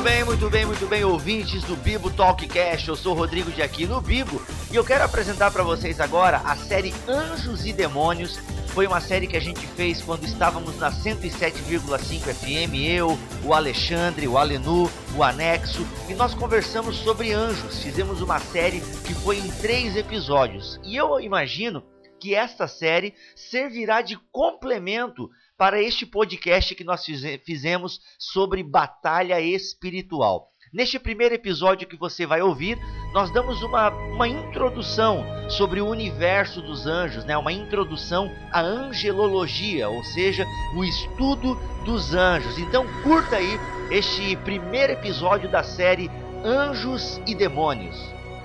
Muito bem, ouvintes do Bibo Talkcast. Eu sou o Rodrigo de Aquino Bibo e eu quero apresentar para vocês agora a série Anjos e Demônios. Foi uma série que a gente fez quando estávamos na 107,5 FM, eu, o Alexandre, o Alenu, o Anexo, e nós conversamos sobre anjos. Fizemos uma série que foi em 3 episódios e eu imagino que esta série servirá de complemento para este podcast que nós fizemos sobre batalha espiritual. Neste primeiro episódio que você vai ouvir, nós damos uma introdução sobre o universo dos anjos, né? Uma introdução à angelologia, ou seja, o estudo dos anjos. Então curta aí este primeiro episódio da série Anjos e Demônios.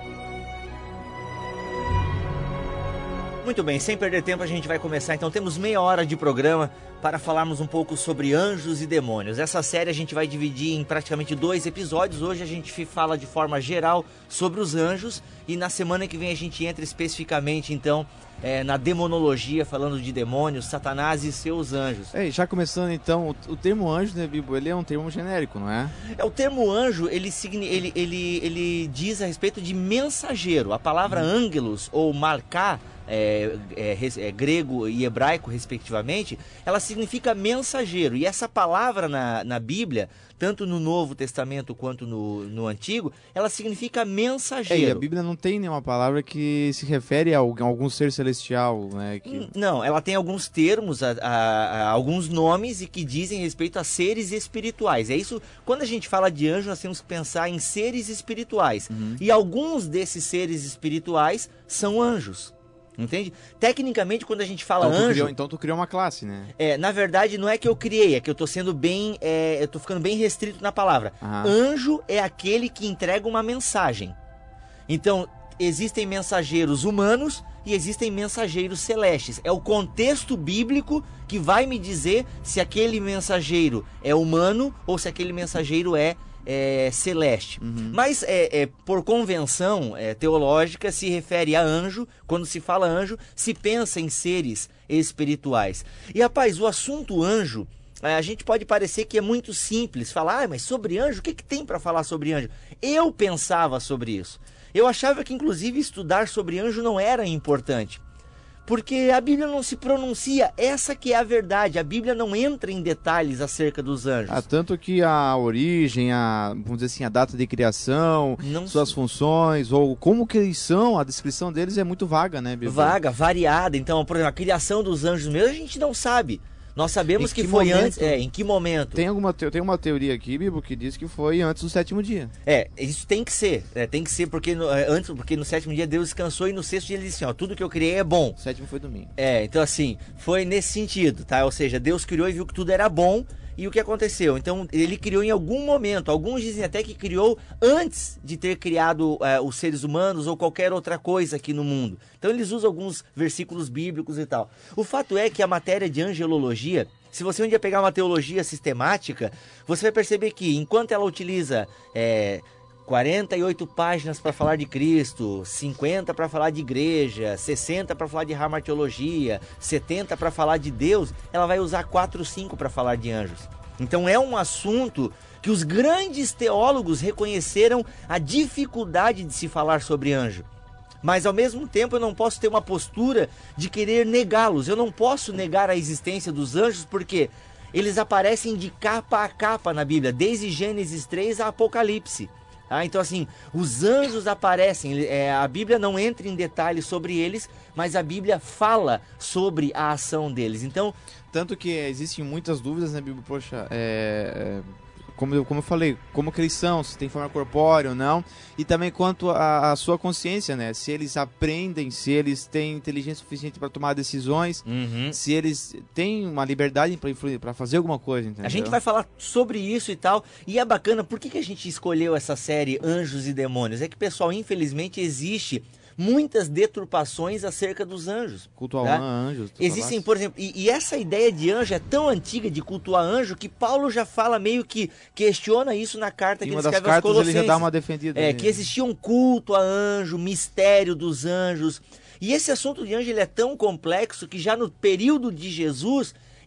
Muito bem, sem perder tempo a gente vai começar, então temos meia hora de programa para falarmos um pouco sobre anjos e demônios. Essa série a gente vai dividir em praticamente 2 episódios. Hoje a gente fala de forma geral sobre os anjos e na semana que vem a gente entra especificamente então na demonologia, falando de demônios, Satanás e seus anjos. Já começando então, o termo anjo, né, Bibo, ele é um termo genérico, não é? O termo anjo, ele diz a respeito de mensageiro. A palavra ângelos ou marcar, grego e hebraico respectivamente, ela significa mensageiro, e essa palavra na Bíblia, tanto no Novo Testamento quanto no Antigo, ela significa mensageiro. A Bíblia não tem nenhuma palavra que se refere a algum ser celestial, né? Não, ela tem alguns termos, alguns nomes e que dizem respeito a seres espirituais. É isso, quando a gente fala de anjo, nós temos que pensar em seres espirituais. E alguns desses seres espirituais são anjos. Entende? Tecnicamente, quando a gente fala anjo... Então tu criou uma classe, né? Na verdade, não é que eu criei, é que eu tô sendo eu tô ficando bem restrito na palavra. Anjo é aquele que entrega uma mensagem. Então, existem mensageiros humanos e existem mensageiros celestes. É o contexto bíblico que vai me dizer se aquele mensageiro é humano ou se aquele mensageiro é celeste. Mas por convenção teológica se refere a anjo. Quando se fala anjo, se pensa em seres espirituais. E rapaz, o assunto anjo, a gente pode parecer que é muito simples falar, mas sobre anjo, o que tem para falar sobre anjo? Eu pensava sobre isso. Eu achava que inclusive estudar sobre anjo não era importante, porque a Bíblia não se pronuncia, essa que é a verdade. A Bíblia não entra em detalhes acerca dos anjos. Tanto que a origem, vamos dizer assim, a data de criação, suas funções, ou como que eles são, a descrição deles é muito vaga, né, Bíblia? Vaga, variada. Então, por exemplo, a criação dos anjos mesmo, a gente não sabe. Nós sabemos que foi antes. Em que momento? Tem uma teoria aqui, Bíblia, que diz que foi antes do 7º dia. Isso tem que ser. Tem que ser porque porque no 7º dia Deus descansou e no 6º dia ele disse assim, tudo que eu criei é bom. O 7º foi domingo. Então assim, foi nesse sentido, tá? Ou seja, Deus criou e viu que tudo era bom. E o que aconteceu? Então, ele criou em algum momento. Alguns dizem até que criou antes de ter criado os seres humanos ou qualquer outra coisa aqui no mundo. Então, eles usam alguns versículos bíblicos e tal. O fato é que a matéria de angelologia, se você um dia pegar uma teologia sistemática, você vai perceber que enquanto ela utiliza 48 páginas para falar de Cristo, 50 para falar de igreja, 60 para falar de hamartiologia, 70 para falar de Deus, ela vai usar 4 ou 5 para falar de anjos. Então é um assunto que os grandes teólogos reconheceram a dificuldade de se falar sobre anjo. Mas ao mesmo tempo eu não posso ter uma postura de querer negá-los. Eu não posso negar a existência dos anjos porque eles aparecem de capa a capa na Bíblia, desde Gênesis 3 a Apocalipse. Então assim, os anjos aparecem, a Bíblia não entra em detalhes sobre eles, mas a Bíblia fala sobre a ação deles. Então, tanto que existem muitas dúvidas na Bíblia, como eu falei, como que eles são, se tem forma corpórea ou não, e também quanto à sua consciência, né? Se eles aprendem, se eles têm inteligência suficiente para tomar decisões, se eles têm uma liberdade para fazer alguma coisa, entendeu? A gente vai falar sobre isso e tal, e é bacana. Por que a gente escolheu essa série Anjos e Demônios? É que, pessoal, infelizmente existe muitas deturpações acerca dos anjos. Cultuar anjos. Existem, por exemplo, e essa ideia de anjo é tão antiga de cultuar anjo que Paulo já fala, meio que questiona isso na carta que ele escreve aos Colossenses. Ele já dá uma defendida. Que existia um culto a anjo, mistério dos anjos. E esse assunto de anjo ele é tão complexo que já no período de Jesus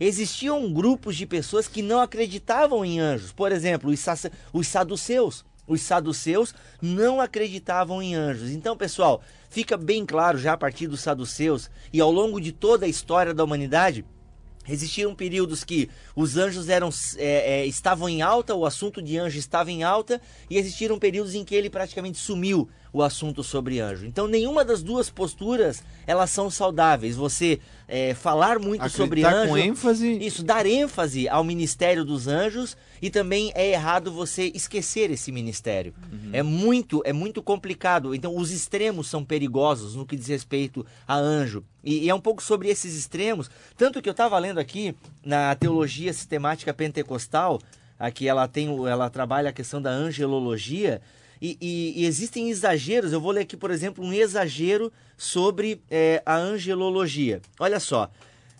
existiam grupos de pessoas que não acreditavam em anjos. Por exemplo, os saduceus. Os saduceus não acreditavam em anjos. Então, pessoal, fica bem claro já a partir dos saduceus e ao longo de toda a história da humanidade, existiram períodos que os anjos estavam em alta, o assunto de anjo estava em alta, e existiram períodos em que ele praticamente sumiu, o assunto sobre anjo. Então, nenhuma das duas posturas, elas são saudáveis. Você falar muito sobre anjo... com ênfase... Isso, dar ênfase ao ministério dos anjos, e também é errado você esquecer esse ministério. É muito complicado. Então, os extremos são perigosos no que diz respeito a anjo. E é um pouco sobre esses extremos, tanto que eu estava lendo aqui na Teologia Sistemática Pentecostal, aqui ela trabalha a questão da angelologia, e existem exageros. Eu vou ler aqui, por exemplo, um exagero sobre a angelologia. Olha só,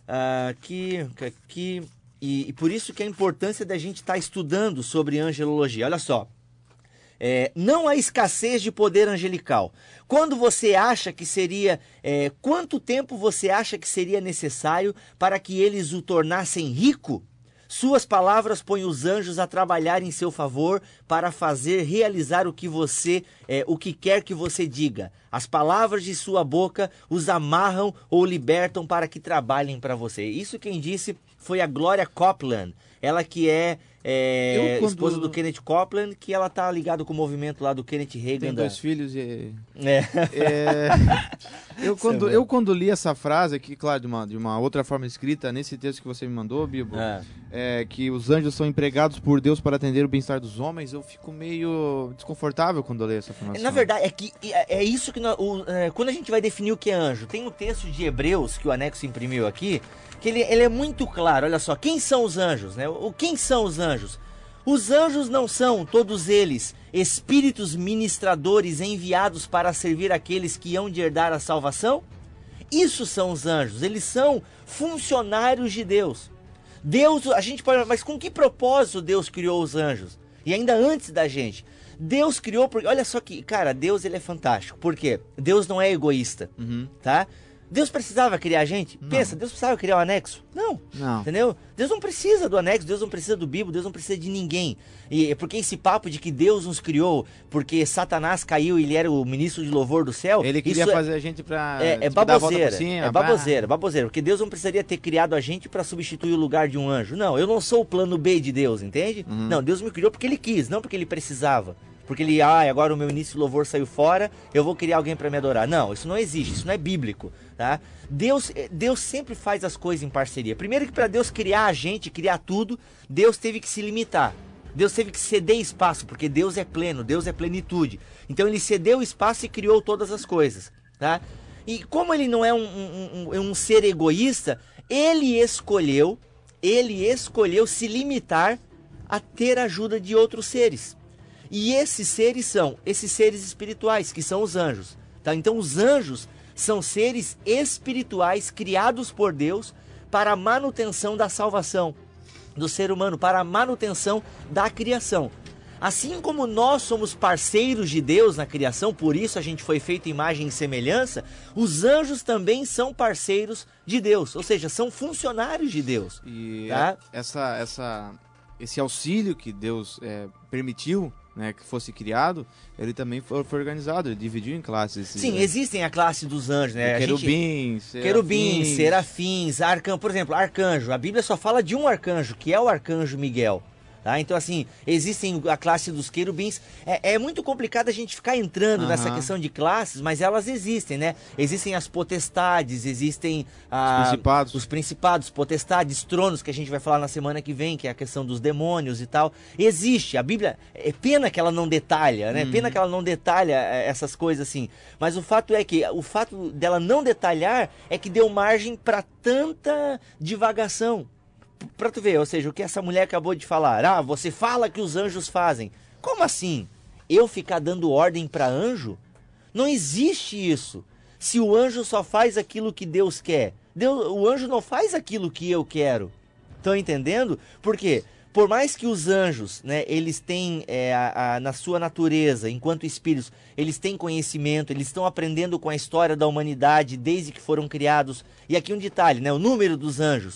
e por isso que a importância da gente estar estudando sobre angelologia. Olha só. Não há escassez de poder angelical. Quando você acha que seria... quanto tempo você acha que seria necessário para que eles o tornassem rico? Suas palavras põem os anjos a trabalhar em seu favor para fazer realizar o que quer que você diga. As palavras de sua boca os amarram ou libertam para que trabalhem para você. Isso quem disse foi a Gloria Copeland. Ela que é esposa do Kenneth Copeland, que ela tá ligada com o movimento lá do Kenneth Reagan. Tem 2 filhos e... Eu quando li essa frase aqui, claro, de uma outra forma escrita, nesse texto que você me mandou, Bibo, que os anjos são empregados por Deus para atender o bem-estar dos homens, eu fico meio desconfortável quando eu leio essa informação. Na verdade, é isso que quando a gente vai definir o que é anjo, tem um texto de Hebreus, que o anexo imprimiu aqui, que ele é muito claro. Olha só, quem são os anjos, né? Quem são os anjos? Os anjos não são, todos eles, espíritos ministradores enviados para servir aqueles que hão de herdar a salvação? Isso são os anjos, eles são funcionários de Deus. A gente pode, mas com que propósito Deus criou os anjos? E ainda antes da gente, Deus criou, porque olha só que, cara, Deus ele é fantástico. Por quê? Deus não é egoísta, tá? Deus precisava criar a gente? Não. Pensa, Deus precisava criar o anexo? Não. Entendeu? Deus não precisa do anexo, Deus não precisa do Bibo, Deus não precisa de ninguém. E porque esse papo de que Deus nos criou porque Satanás caiu e ele era o ministro de louvor do céu... Ele queria fazer a gente pra... baboseira, baboseira. Porque Deus não precisaria ter criado a gente para substituir o lugar de um anjo. Não, eu não sou o plano B de Deus, entende? Não, Deus me criou porque ele quis, não porque ele precisava. Porque ele, agora o meu ministro de louvor saiu fora, eu vou criar alguém para me adorar. Não, isso não existe, isso não é bíblico, tá? Deus sempre faz as coisas em parceria. Primeiro que para Deus criar a gente, criar tudo, Deus teve que se limitar. Deus teve que ceder espaço, porque Deus é pleno, Deus é plenitude. Então ele cedeu espaço e criou todas as coisas, tá? E como ele não é um ser egoísta, ele escolheu se limitar a ter ajuda de outros seres. E esses seres são esses seres espirituais, que são os anjos. Tá? Então os anjos são seres espirituais criados por Deus para a manutenção da salvação do ser humano, para a manutenção da criação. Assim como nós somos parceiros de Deus na criação, por isso a gente foi feito imagem e semelhança, os anjos também são parceiros de Deus, ou seja, são funcionários de Deus. E tá? Esse auxílio que Deus permitiu, né, que fosse criado, ele também foi organizado, ele dividiu em classes. Sim, existem a classe dos anjos, né? Querubins, serafins, arcanjo. Por exemplo, arcanjo. A Bíblia só fala de um arcanjo, que é o arcanjo Miguel. Tá? Então, assim, existem a classe dos querubins. É muito complicado a gente ficar entrando nessa questão de classes, mas elas existem, né? Existem as potestades, existem os principados, potestades, tronos, que a gente vai falar na semana que vem, que é a questão dos demônios e tal. Existe, a Bíblia, é pena que ela não detalha, né? Pena que ela não detalha essas coisas assim. Mas o fato é que, o fato dela não detalhar é que deu margem para tanta divagação. Pra tu ver, ou seja, o que essa mulher acabou de falar. Você fala que os anjos fazem. Como assim? Eu ficar dando ordem para anjo? Não existe isso. Se o anjo só faz aquilo que Deus quer, o anjo não faz aquilo que eu quero. Estão entendendo? Por quê? Por mais que os anjos, né, eles têm na sua natureza, enquanto espíritos, eles têm conhecimento, eles estão aprendendo com a história da humanidade desde que foram criados. E aqui um detalhe, né, o número dos anjos.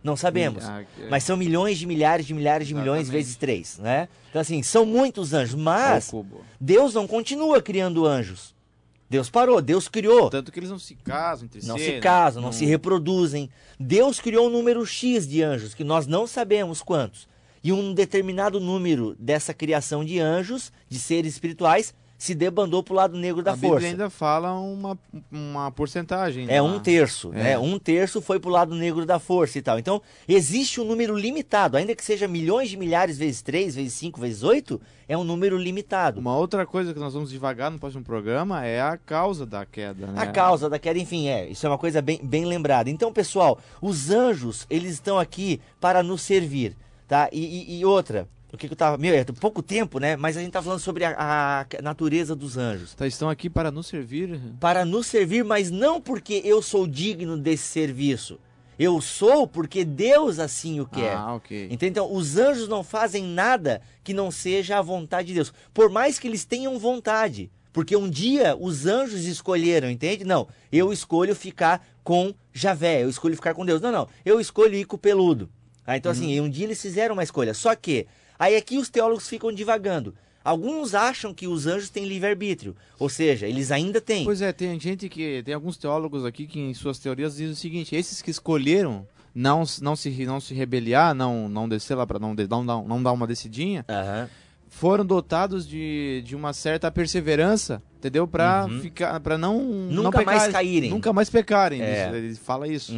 Não sabemos. Mas são milhões de milhares de milhares de milhões vezes 3, né? Então, assim, são muitos anjos. Mas Deus não continua criando anjos. Deus parou, Deus criou. Tanto que eles não se casam entre si. Não se casam, não se reproduzem. Deus criou um número X de anjos, que nós não sabemos quantos. E um determinado número dessa criação de anjos, de seres espirituais, se debandou para o lado negro da força. A Bíblia ainda fala uma porcentagem. É 1/3, né? 1/3 foi para o lado negro da força e tal. Então, existe um número limitado, ainda que seja milhões de milhares vezes 3, vezes 5, vezes 8, é um número limitado. Uma outra coisa que nós vamos devagar no próximo programa é a causa da queda, né? A causa da queda, enfim, isso é uma coisa bem lembrada. Então, pessoal, os anjos, eles estão aqui para nos servir, tá? E outra... O que eu tava... é pouco tempo, né? Mas a gente tá falando sobre a natureza dos anjos. Estão aqui para nos servir? Para nos servir, mas não porque eu sou digno desse serviço. Eu sou porque Deus assim o quer. Ok. Entende? Então, os anjos não fazem nada que não seja a vontade de Deus. Por mais que eles tenham vontade. Porque um dia os anjos escolheram, entende? Não, eu escolho ficar com Javé, eu escolho ficar com Deus. Não, eu escolho ir com o peludo. Então, assim, um dia eles fizeram uma escolha. Só que... Aí aqui os teólogos ficam divagando. Alguns acham que os anjos têm livre-arbítrio, ou seja, eles ainda têm. Pois é, tem alguns teólogos aqui que em suas teorias dizem o seguinte: esses que escolheram não se rebeliar, não descer lá para não dar uma descidinha, foram dotados de uma certa perseverança, entendeu? Para ficar, para nunca mais caírem, nunca mais pecarem. Ele fala isso.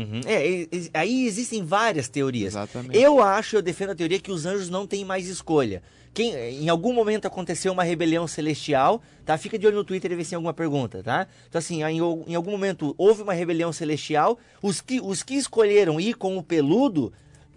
Aí existem várias teorias. Exatamente. Eu defendo a teoria que os anjos não têm mais escolha. Em algum momento aconteceu uma rebelião celestial, tá? Fica de olho no Twitter e vê se tem alguma pergunta, tá? Então, assim, em algum momento houve uma rebelião celestial, os que escolheram ir com o peludo,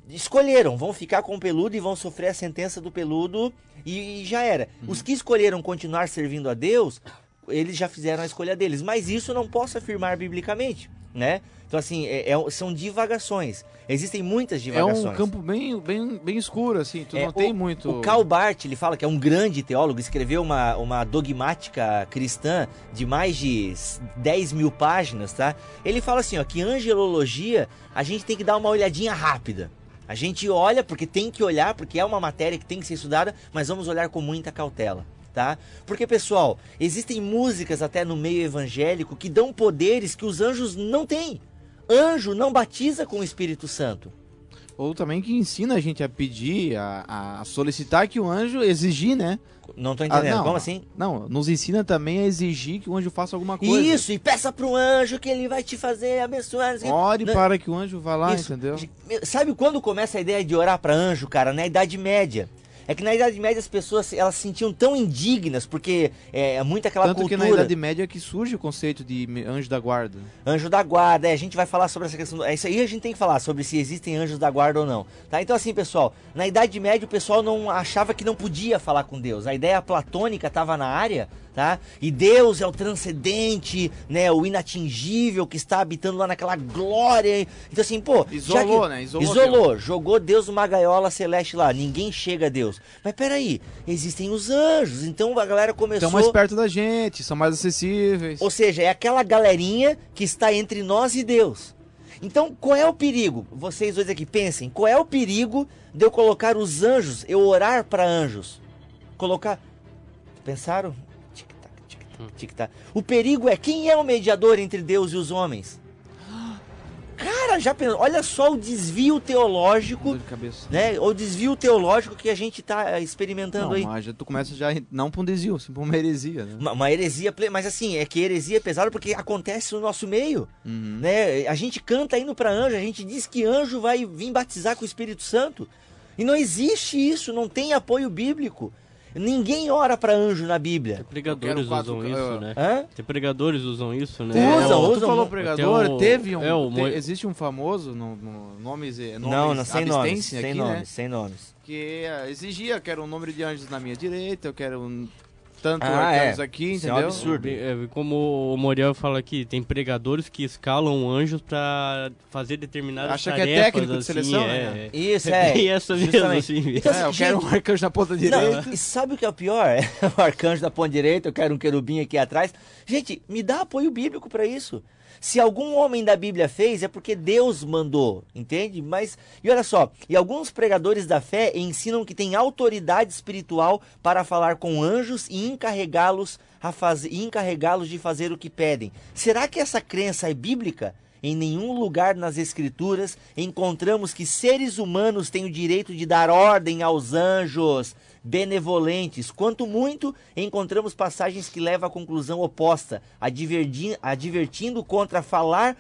vão ficar com o peludo e vão sofrer a sentença do peludo e já era. Os que escolheram continuar servindo a Deus, eles já fizeram a escolha deles, mas isso eu não posso afirmar biblicamente, né? Então, assim, são divagações. Existem muitas divagações. É um campo bem escuro, assim, não tem muito... O Karl Barth, ele fala que é um grande teólogo, escreveu uma dogmática cristã de mais de 10 mil páginas, tá? Ele fala assim, ó, que angelologia, a gente tem que dar uma olhadinha rápida. A gente olha, porque tem que olhar, porque é uma matéria que tem que ser estudada, mas vamos olhar com muita cautela, tá? Porque, pessoal, existem músicas até no meio evangélico que dão poderes que os anjos não têm. Anjo não batiza com o Espírito Santo. Ou também que ensina a gente a pedir, a solicitar que o anjo exigir, né? Não tô entendendo, como assim? Não, nos ensina também a exigir que o anjo faça alguma coisa. Isso, e peça pro anjo que ele vai te fazer abençoar. Ore para que o anjo vá lá, entendeu? Sabe quando começa a ideia de orar para anjo, cara? Na Idade Média. É que na Idade Média as pessoas elas se sentiam tão indignas, porque é muito aquela Tanto cultura... que na Idade Média é que surge o conceito de anjo da guarda. Anjo da guarda, a gente vai falar sobre essa questão... Isso aí a gente tem que falar, sobre se existem anjos da guarda ou não. Tá? Então assim, pessoal, na Idade Média o pessoal não achava que não podia falar com Deus. A ideia platônica estava na área, tá? E Deus é o transcendente, né? O inatingível que está habitando lá naquela glória. Então assim, pô... Isolou, né? Isolou, jogou Deus numa gaiola celeste lá. Ninguém chega a Deus. Mas peraí, existem os anjos, então a galera começou... Estão mais perto da gente, são mais acessíveis. Ou seja, é aquela galerinha que está entre nós e Deus. Então, qual é o perigo? Vocês dois aqui, pensem, qual é o perigo de eu colocar os anjos, eu orar para anjos? Colocar... Pensaram? Tic-tac, tic-tac, tic-tac. O perigo é, quem é o mediador entre Deus e os homens? Cara, já pensou, olha só o desvio teológico, né? O desvio teológico que a gente está experimentando aí. Mas tu começa já não para um desvio, sim para uma heresia, né? Uma heresia, mas assim, é que heresia é pesada porque acontece no nosso meio, né? A gente canta indo para anjo, a gente diz que anjo vai vir batizar com o Espírito Santo. E não existe isso, não tem apoio bíblico. Ninguém ora para anjo na Bíblia. Tem pregadores usam isso, né? Hã? Tem pregadores usam isso, né? Usam. Tu falou pregador, um... existe um famoso, nomes não, sem nomes, aqui, sem nomes. Que exigia, eu quero um número de anjos na minha direita, eu quero tanto arcanos aqui, isso entendeu? É um absurdo. Como o Moriel fala aqui, tem pregadores que escalam anjos pra fazer determinadas tarefas. Acha que é técnico assim, de seleção, né? Isso, E essa mesmo, assim. Então, assim, eu quero um arcanjo na ponta direita. Não, e sabe o que é o pior? O arcanjo da ponta direita, eu quero um querubim aqui atrás. Gente, me dá apoio bíblico pra isso. Se algum homem da Bíblia fez, é porque Deus mandou, entende? Mas, e olha só, e alguns pregadores da fé ensinam que tem autoridade espiritual para falar com anjos e encarregá-los de fazer o que pedem. Será que essa crença é bíblica? Em nenhum lugar nas Escrituras encontramos que seres humanos têm o direito de dar ordem aos anjos benevolentes. Quanto muito, encontramos passagens que levam à conclusão oposta, advertindo contra falar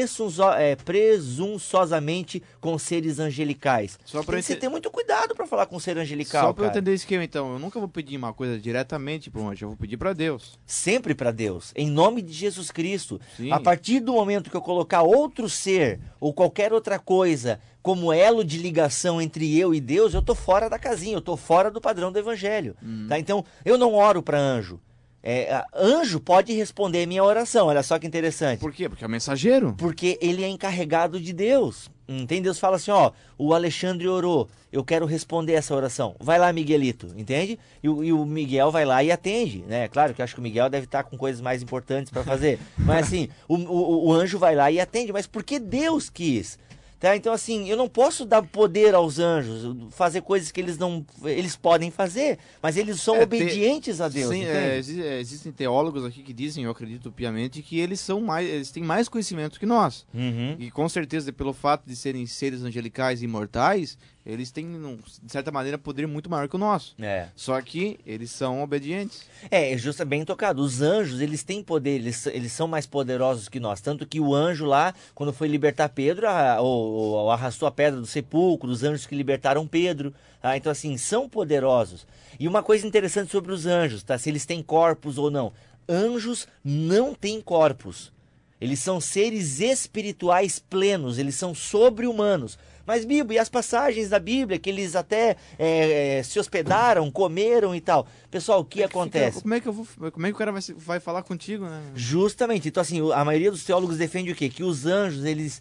presunçosamente com seres angelicais. Você tem muito cuidado para falar com ser angelical. Só para eu entender esse esquema, então, eu nunca vou pedir uma coisa diretamente para um anjo, eu vou pedir para Deus. Sempre para Deus, em nome de Jesus Cristo. Sim. A partir do momento que eu colocar outro ser ou qualquer outra coisa como elo de ligação entre eu e Deus, eu tô fora da casinha, eu tô fora do padrão do evangelho. Tá? Então, eu não oro para anjo. Anjo pode responder a minha oração, olha só que interessante. Por quê? Porque é mensageiro. Porque ele é encarregado de Deus. Entende? Deus fala assim, ó, o Alexandre orou, eu quero responder essa oração. Vai lá, Miguelito, entende? E o Miguel vai lá e atende, né? Claro que eu acho que o Miguel deve estar com coisas mais importantes para fazer. Mas assim, o anjo vai lá e atende. Mas por que Deus quis? Tá? Então assim, eu não posso dar poder aos anjos, fazer coisas que eles podem fazer, mas eles são obedientes a Deus. Sim, existem teólogos aqui que dizem, eu acredito piamente, que eles têm mais conhecimento que nós. E com certeza, pelo fato de serem seres angelicais e imortais, eles têm, de certa maneira, poder muito maior que o nosso. Só que eles são obedientes. Justo, bem tocado. Os anjos, eles têm poder, eles são mais poderosos que nós. Tanto que o anjo lá, quando foi libertar Pedro, ou arrastou a pedra do sepulcro, os anjos que libertaram Pedro. Tá? Então, assim, são poderosos. E uma coisa interessante sobre os anjos, tá? Se eles têm corpos ou não. Anjos não têm corpos. Eles são seres espirituais plenos, eles são sobre-humanos. Mas, Bíblia, e as passagens da Bíblia que eles até se hospedaram, comeram e tal. Pessoal, o que acontece? Como é que o cara vai falar contigo, né? Justamente. Então, assim, a maioria dos teólogos defende o quê? Que os anjos, eles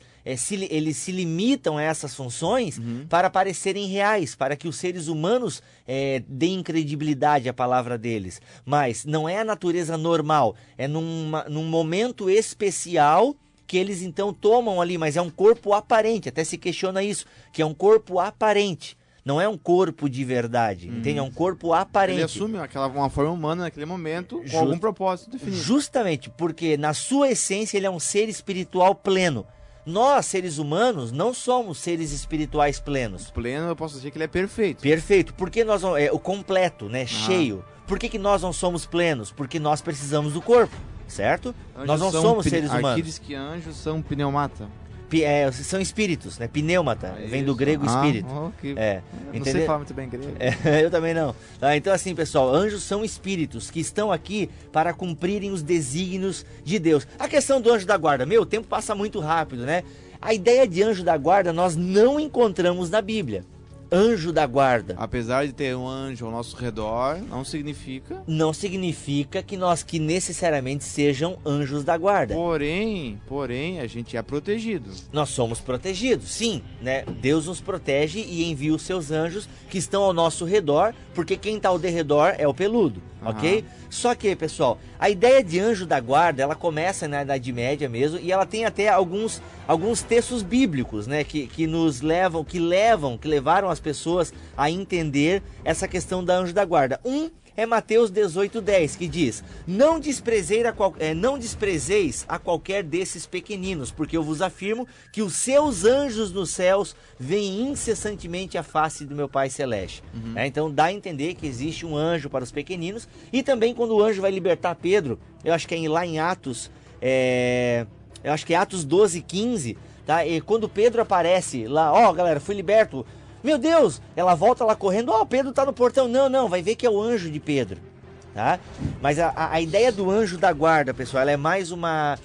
se limitam a essas funções para parecerem reais, para que os seres humanos deem credibilidade à palavra deles. Mas não é a natureza normal, é num momento especial que eles então tomam ali, mas é um corpo aparente, até se questiona isso, que é um corpo aparente, não é um corpo de verdade, entende? É um corpo aparente. Ele assume uma forma humana naquele momento, com algum propósito definido. Justamente, porque na sua essência ele é um ser espiritual pleno. Nós, seres humanos, não somos seres espirituais plenos. Pleno, eu posso dizer que ele é perfeito. Perfeito, porque nós o completo, né, cheio. Por que nós não somos plenos? Porque nós precisamos do corpo. Certo? Anjos nós não somos seres humanos. Aqui diz que anjos são pneumata. São espíritos, né? Pneumata, vem do grego espírito. Okay. Não sei falar muito bem grego. Eu também não. Então assim, pessoal, anjos são espíritos que estão aqui para cumprirem os desígnios de Deus. A questão do anjo da guarda, o tempo passa muito rápido, né? A ideia de anjo da guarda nós não encontramos na Bíblia. Anjo da guarda. Apesar de ter um anjo ao nosso redor, não significa que necessariamente sejam anjos da guarda. Porém, a gente é protegido. Nós somos protegidos, sim, né? Deus nos protege e envia os seus anjos que estão ao nosso redor, porque quem está ao derredor é o peludo, ok? Só que, pessoal, a ideia de anjo da guarda, ela começa na Idade Média mesmo, e ela tem até alguns textos bíblicos, né, que levaram as pessoas a entender essa questão da anjo da guarda. É Mateus 18:10, que diz: não desprezeis a qualquer desses pequeninos, porque eu vos afirmo que os seus anjos nos céus veem incessantemente a face do meu Pai Celeste. Então dá a entender que existe um anjo para os pequeninos. E também quando o anjo vai libertar Pedro, eu acho que é lá em Atos, eu acho que é Atos 12:15, tá? E quando Pedro aparece lá, galera, fui liberto. Meu Deus, ela volta lá correndo, Pedro tá no portão. Não, vai ver que é o anjo de Pedro, tá? Mas a ideia do anjo da guarda, pessoal, ela é mais uma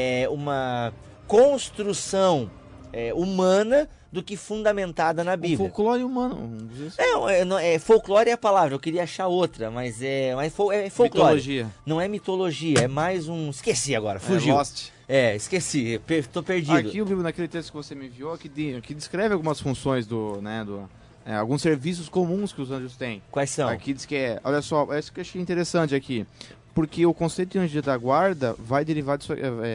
construção humana do que fundamentada na Bíblia. Folclore humano. Folclore é a palavra, eu queria achar outra, mas é folclore. Mitologia. Não é mitologia, é mais esqueci agora, fugiu. Lost. Esqueci, tô perdido. Aqui, naquele texto que você me enviou, aqui descreve algumas funções alguns serviços comuns que os anjos têm. Quais são? Aqui diz que olha só, isso que eu achei interessante aqui, porque o conceito de anjo da guarda vai derivar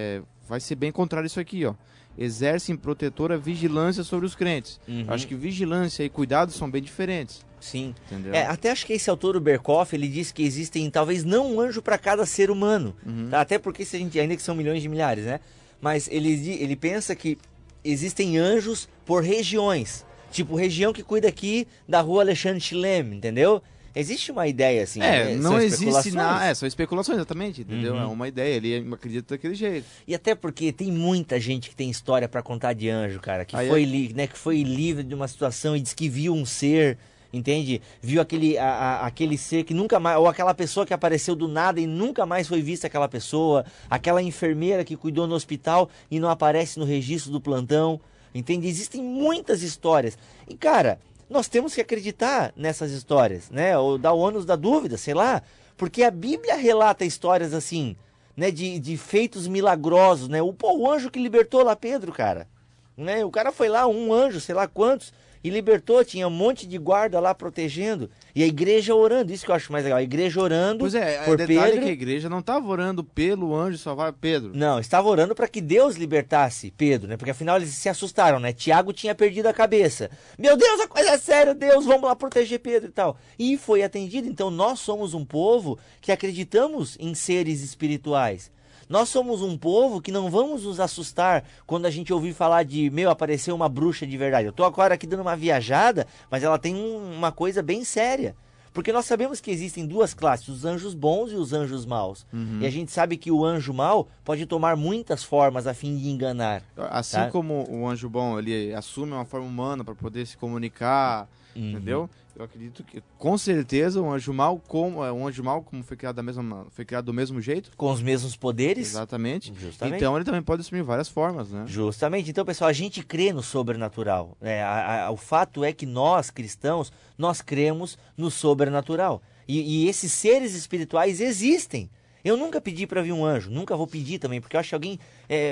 vai ser bem contrário isso aqui, ó. Exercem protetora vigilância sobre os crentes. Acho que vigilância e cuidado são bem diferentes. Sim. Entendeu? Até acho que esse autor, o Berkoff, ele diz que existem talvez não um anjo para cada ser humano. Tá? Até porque se a gente, ainda que são milhões de milhares, né? Mas ele pensa que existem anjos por regiões. Tipo, região que cuida aqui da rua Alexandre Chilem, entendeu? Existe uma ideia assim. Não existe nada. São especulações, exatamente, entendeu? É uma ideia, ele acredita daquele jeito. E até porque tem muita gente que tem história para contar de anjo, cara, que que foi livre de uma situação e diz que viu um ser, entende? Viu aquele ser que nunca mais, ou aquela pessoa que apareceu do nada e nunca mais foi vista aquela pessoa, aquela enfermeira que cuidou no hospital e não aparece no registro do plantão, entende? Existem muitas histórias. E, cara, nós temos que acreditar nessas histórias, né? Ou dar o ônus da dúvida, sei lá. Porque a Bíblia relata histórias assim, né? De feitos milagrosos, né? O anjo que libertou lá Pedro, cara. Né? O cara foi lá, um anjo, sei lá quantos, e libertou, tinha um monte de guarda lá protegendo. E a igreja orando, isso que eu acho mais legal. A igreja orando por detalhe Pedro. Que a igreja não estava orando pelo anjo salvar Pedro. Não, estava orando para que Deus libertasse Pedro, né? Porque afinal eles se assustaram, né? Tiago tinha perdido a cabeça. Meu Deus, a coisa é séria, Deus, vamos lá proteger Pedro e tal. E foi atendido. Então nós somos um povo que acreditamos em seres espirituais. Nós somos um povo que não vamos nos assustar quando a gente ouvir falar de, apareceu uma bruxa de verdade. Eu tô agora aqui dando uma viajada, mas ela tem uma coisa bem séria. Porque nós sabemos que existem duas classes, os anjos bons e os anjos maus. E a gente sabe que o anjo mau pode tomar muitas formas a fim de enganar. Assim como o anjo bom, ele assume uma forma humana para poder se comunicar, entendeu? Eu acredito que, com certeza, um anjo mau, como foi criado do mesmo jeito. Com os mesmos poderes. Exatamente. Justamente. Então ele também pode assumir várias formas, né? Justamente. Então, pessoal, a gente crê no sobrenatural. O fato é que nós, cristãos, nós cremos no sobrenatural. E esses seres espirituais existem. Eu nunca pedi para ver um anjo, nunca vou pedir também, porque eu acho que alguém...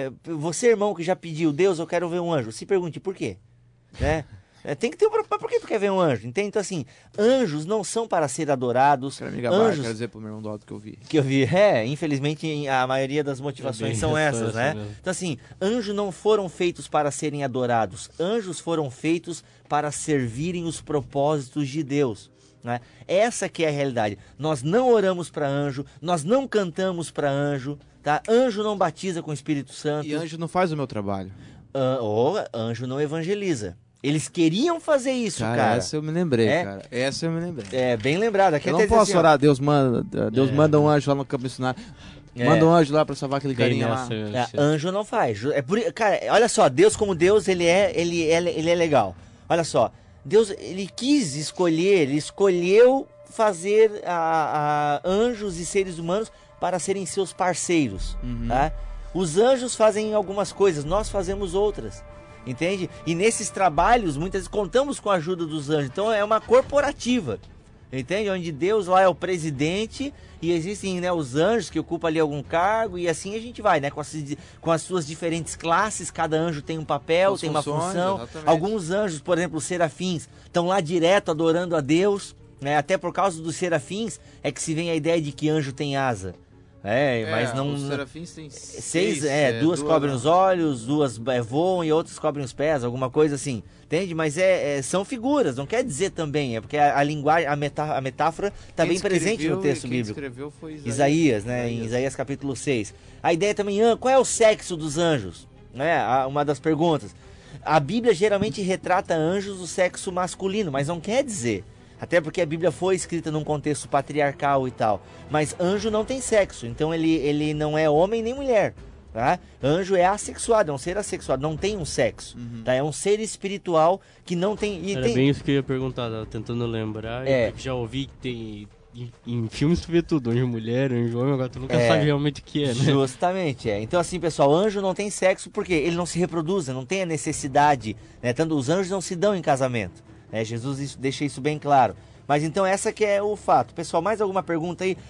você, irmão, que já pediu, Deus, eu quero ver um anjo. Se pergunte, por quê? Né? Tem que ter por que tu quer ver um anjo? Entende? Então, assim, anjos não são para ser adorados. Quero me gabar, quero dizer pro meu irmão do alto que eu vi. Infelizmente, a maioria das motivações são essas, né? Mesmo. Então, assim, anjos não foram feitos para serem adorados. Anjos foram feitos para servirem os propósitos de Deus. Né? Essa que é a realidade. Nós não oramos para anjo, nós não cantamos para anjo, tá? Anjo não batiza com o Espírito Santo. E anjo não faz o meu trabalho. Anjo não evangeliza. Eles queriam fazer isso, cara. Essa eu me lembrei, cara. Essa eu me lembrei. Bem lembrado. Aqui eu não posso orar, Deus manda um anjo lá no campo missionário. Manda um anjo lá pra salvar aquele carinha lá. Anjo não faz. Cara, olha só, Deus como Deus, ele é legal. Olha só, Deus, ele quis escolher, ele escolheu fazer anjos e seres humanos para serem seus parceiros, tá? Os anjos fazem algumas coisas, nós fazemos outras. Entende? E nesses trabalhos, muitas vezes contamos com a ajuda dos anjos. Então é uma corporativa, entende? Onde Deus lá é o presidente e existem, né, os anjos que ocupam ali algum cargo e assim a gente vai, né? Com as suas diferentes classes, cada anjo tem um papel, tem uma função. Exatamente. Alguns anjos, por exemplo, os serafins, estão lá direto adorando a Deus, né? Até por causa dos serafins é que se vem a ideia de que anjo tem asa. Mas não. Os serafins têm duas cobrem os olhos, duas voam e outras cobrem os pés, alguma coisa assim, entende? Mas são figuras, não quer dizer também, porque a linguagem, a metáfora está bem presente no texto bíblico. Quem escreveu foi Isaías, né? Em Isaías capítulo 6. A ideia também, qual é o sexo dos anjos? Uma das perguntas. A Bíblia geralmente retrata anjos do sexo masculino, mas não quer dizer. Até porque a Bíblia foi escrita num contexto patriarcal e tal. Mas anjo não tem sexo, então ele não é homem nem mulher. Tá? Anjo é assexuado, é um ser assexuado, não tem um sexo. Tá? É um ser espiritual que não tem... Era bem isso que eu ia perguntar, tava tentando lembrar. Já ouvi que tem... Em filmes tu vê tudo, anjo mulher, anjo homem, agora tu nunca sabe realmente o que é, né? Justamente, Então assim, pessoal, anjo não tem sexo porque ele não se reproduz, não tem a necessidade, né? Tanto os anjos não se dão em casamento. Jesus deixa isso bem claro. Mas então essa que é o fato. Pessoal, mais alguma pergunta aí?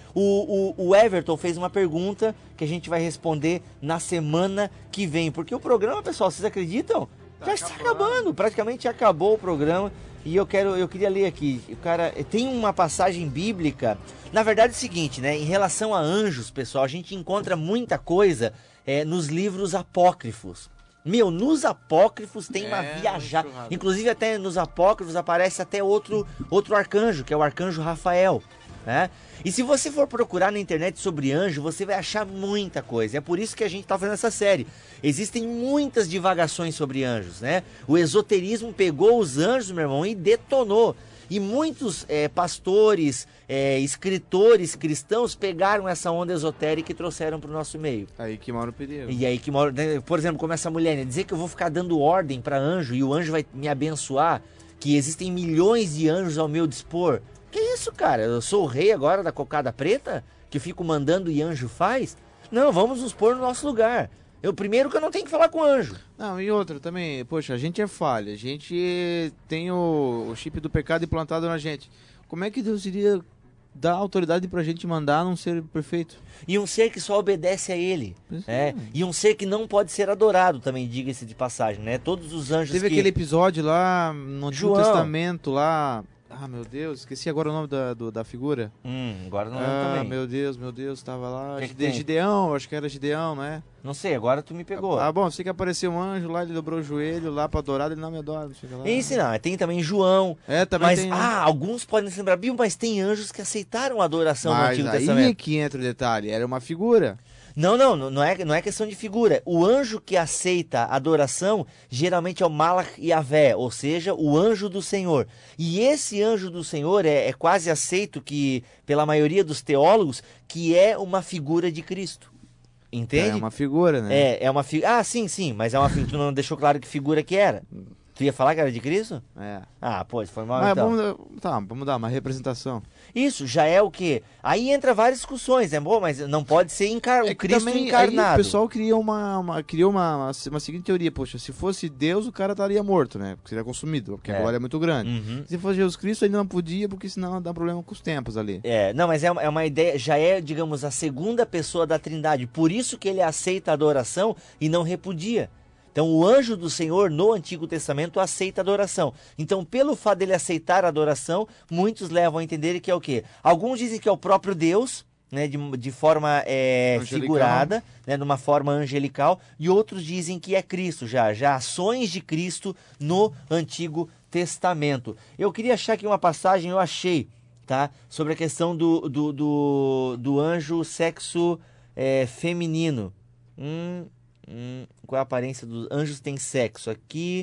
O Everton fez uma pergunta que a gente vai responder na semana que vem. Porque o programa, pessoal, vocês acreditam? Já está acabando. Praticamente acabou o programa. E eu queria ler aqui. O cara tem uma passagem bíblica. Na verdade é o seguinte, né? Em relação a anjos, pessoal, a gente encontra muita coisa nos livros apócrifos. Nos apócrifos tem uma viajada. Inclusive até nos apócrifos aparece até outro arcanjo, que é o arcanjo Rafael, né? E se você for procurar na internet sobre anjo, você vai achar muita coisa. É por isso que a gente está fazendo essa série. Existem muitas divagações sobre anjos, né? O esoterismo pegou os anjos, meu irmão, e detonou. E muitos pastores, escritores cristãos pegaram essa onda esotérica e trouxeram para o nosso meio. Aí que mora o perigo. E aí que mora, né? Por exemplo, como essa mulher, né? Dizer que eu vou ficar dando ordem para anjo e o anjo vai me abençoar, que existem milhões de anjos ao meu dispor. Que isso, cara? Eu sou o rei agora da cocada preta? Que eu fico mandando e anjo faz? Não, vamos nos pôr no nosso lugar. Primeiro que eu não tenho que falar com o anjo. Não, e outra também, poxa, a gente é falha, a gente tem o chip do pecado implantado na gente. Como é que Deus iria dar autoridade pra gente mandar num ser perfeito? E um ser que só obedece a ele. E um ser que não pode ser adorado também, diga-se de passagem, né? Todos os anjos Teve aquele episódio lá no Antigo Testamento, lá... Ah, meu Deus, esqueci agora o nome da figura. Agora não lembro também. Meu Deus, tava lá. Gideão, acho que era Gideão, não é? Não sei, agora tu me pegou. Bom, sei que apareceu um anjo lá, ele dobrou o joelho lá pra adorar, ele não me adora, não chega lá. Esse não, tem também João. Também tem. Alguns podem se lembrar, mas tem anjos que aceitaram a adoração no Antigo Testamento. Aí que entra o detalhe, era uma figura. Não é questão de figura. O anjo que aceita a adoração geralmente é o Malach Yavé, ou seja, o anjo do Senhor. E esse anjo do Senhor é quase aceito pela maioria dos teólogos que é uma figura de Cristo. Entende? É uma figura, né? É uma figura. Sim, mas é uma figura. Tu não deixou claro que figura que era. Tu ia falar que era de Cristo? Foi mal então. Vamos dar uma representação. Isso, já é o quê? Aí entra várias discussões, né? Bom, mas não pode ser o Cristo também, encarnado. Aí o pessoal criou uma seguinte teoria, poxa, se fosse Deus o cara estaria morto, né? Porque seria consumido, porque a glória é muito grande. Se fosse Jesus Cristo ele não podia, porque senão dá problema com os tempos ali. Mas é uma ideia, já é, digamos, a segunda pessoa da Trindade, por isso que ele aceita a adoração e não repudia. Então o anjo do Senhor no Antigo Testamento aceita a adoração. Então pelo fato dele aceitar a adoração, muitos levam a entender que é o quê? Alguns dizem que é o próprio Deus, né, de forma figurada, né, numa forma angelical, e outros dizem que é Cristo, já ações de Cristo no Antigo Testamento. Eu queria achar aqui uma passagem, eu achei, tá, sobre a questão do anjo sexo feminino. Qual é a aparência dos anjos? Tem sexo aqui.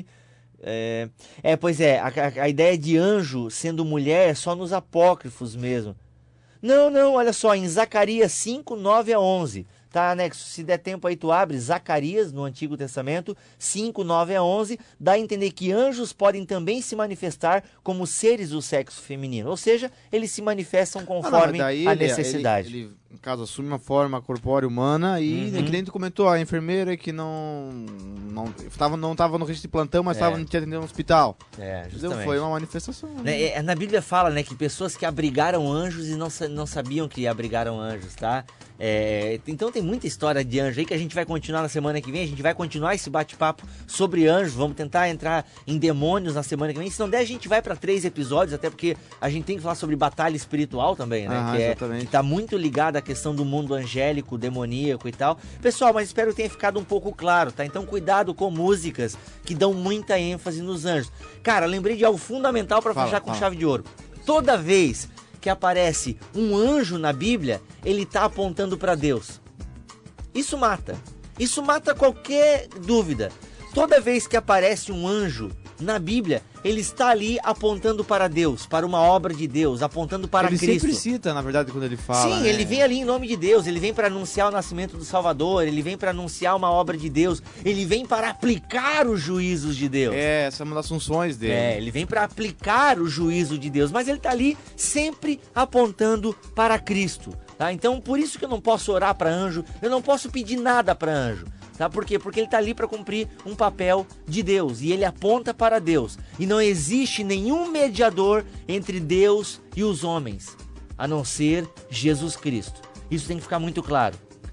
A ideia de anjo sendo mulher é só nos apócrifos mesmo. Não, olha só, em Zacarias 5, 9 a 11. Tá, anexo, se der tempo aí tu abre Zacarias no Antigo Testamento 5, 9 a 11, dá a entender que anjos podem também se manifestar como seres do sexo feminino, ou seja, eles se manifestam conforme a necessidade. Ele, no caso, assume uma forma corpórea humana e, que nem tu comentou, a enfermeira que não estava no registro de plantão, mas estava te atendendo no hospital. Justamente. Foi uma manifestação. Né? Na Bíblia fala, né, que pessoas que abrigaram anjos e não sabiam que abrigaram anjos, tá? Então tem muita história de anjo aí que a gente vai continuar na semana que vem. A gente vai continuar esse bate-papo sobre anjos. Vamos tentar entrar em demônios na semana que vem. Se não der, a gente vai para 3 episódios, até porque a gente tem que falar sobre batalha espiritual também, né? Que tá muito ligado à questão do mundo angélico, demoníaco e tal. Pessoal, mas espero que tenha ficado um pouco claro, tá? Então cuidado com músicas que dão muita ênfase nos anjos. Cara, lembrei de algo fundamental para fechar com chave de ouro. Toda vez que aparece um anjo na Bíblia, ele está apontando para Deus. Isso mata qualquer dúvida. Toda vez que aparece um anjo na Bíblia, ele está ali apontando para Deus, para uma obra de Deus, apontando para Cristo. Ele sempre cita, na verdade, quando ele fala. Sim, né? Ele vem ali em nome de Deus, ele vem para anunciar o nascimento do Salvador, ele vem para anunciar uma obra de Deus, ele vem para aplicar os juízos de Deus. Essa é uma das funções dele. Ele vem para aplicar o juízo de Deus, mas ele está ali sempre apontando para Cristo. Tá? Então, por isso que eu não posso orar para anjo, eu não posso pedir nada para anjo. Tá? Por quê? Porque ele está ali para cumprir um papel de Deus e ele aponta para Deus. E não existe nenhum mediador entre Deus e os homens, a não ser Jesus Cristo. Isso tem que ficar muito claro.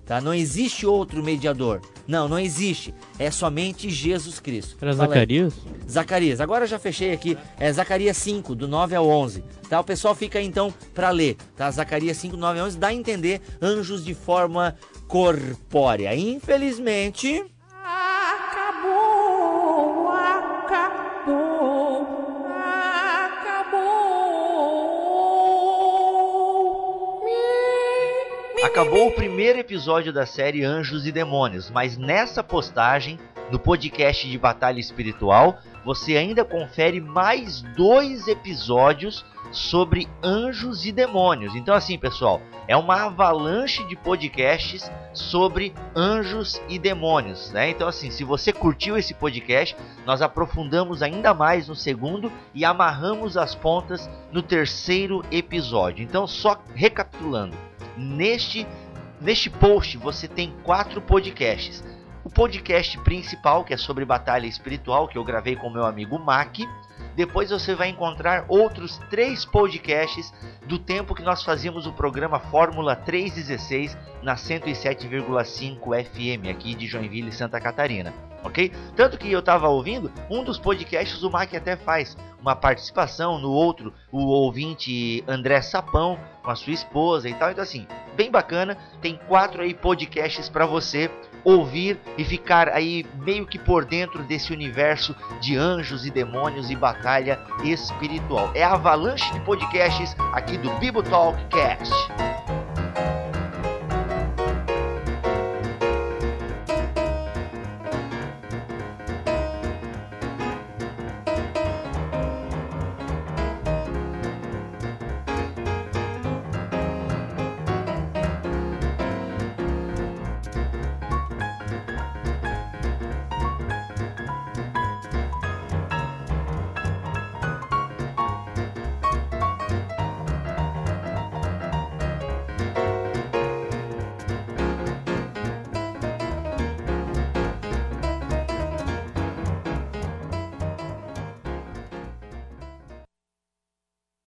tá? Não existe outro mediador. Não existe. É somente Jesus Cristo. Era Zacarias? Zacarias. Agora eu já fechei aqui. É Zacarias 5, do 9 ao 11. Tá? O pessoal fica então para ler, tá? Zacarias 5, 9 ao 11 dá a entender anjos de forma corpórea. Infelizmente... Acabou o primeiro episódio da série Anjos e Demônios, mas nessa postagem, no podcast de Batalha Espiritual, você ainda confere mais 2 episódios sobre anjos e demônios. Então assim, pessoal, é uma avalanche de podcasts sobre anjos e demônios, né? Então assim, se você curtiu esse podcast, nós aprofundamos ainda mais no segundo e amarramos as pontas no terceiro episódio. Então, só recapitulando, neste post você tem 4 podcasts. O podcast principal, que é sobre batalha espiritual, que eu gravei com meu amigo Mac. Depois você vai encontrar outros 3 podcasts do tempo que nós fazíamos o programa Fórmula 316 na 107,5 FM aqui de Joinville, Santa Catarina, ok? Tanto que eu estava ouvindo, um dos podcasts o Mac até faz uma participação, no outro o ouvinte André Sapão com a sua esposa e tal. Então assim, bem bacana, tem 4 aí podcasts para você ouvir e ficar aí meio que por dentro desse universo de anjos e demônios e batalha espiritual. É a avalanche de podcasts aqui do Bibo Talk Cast.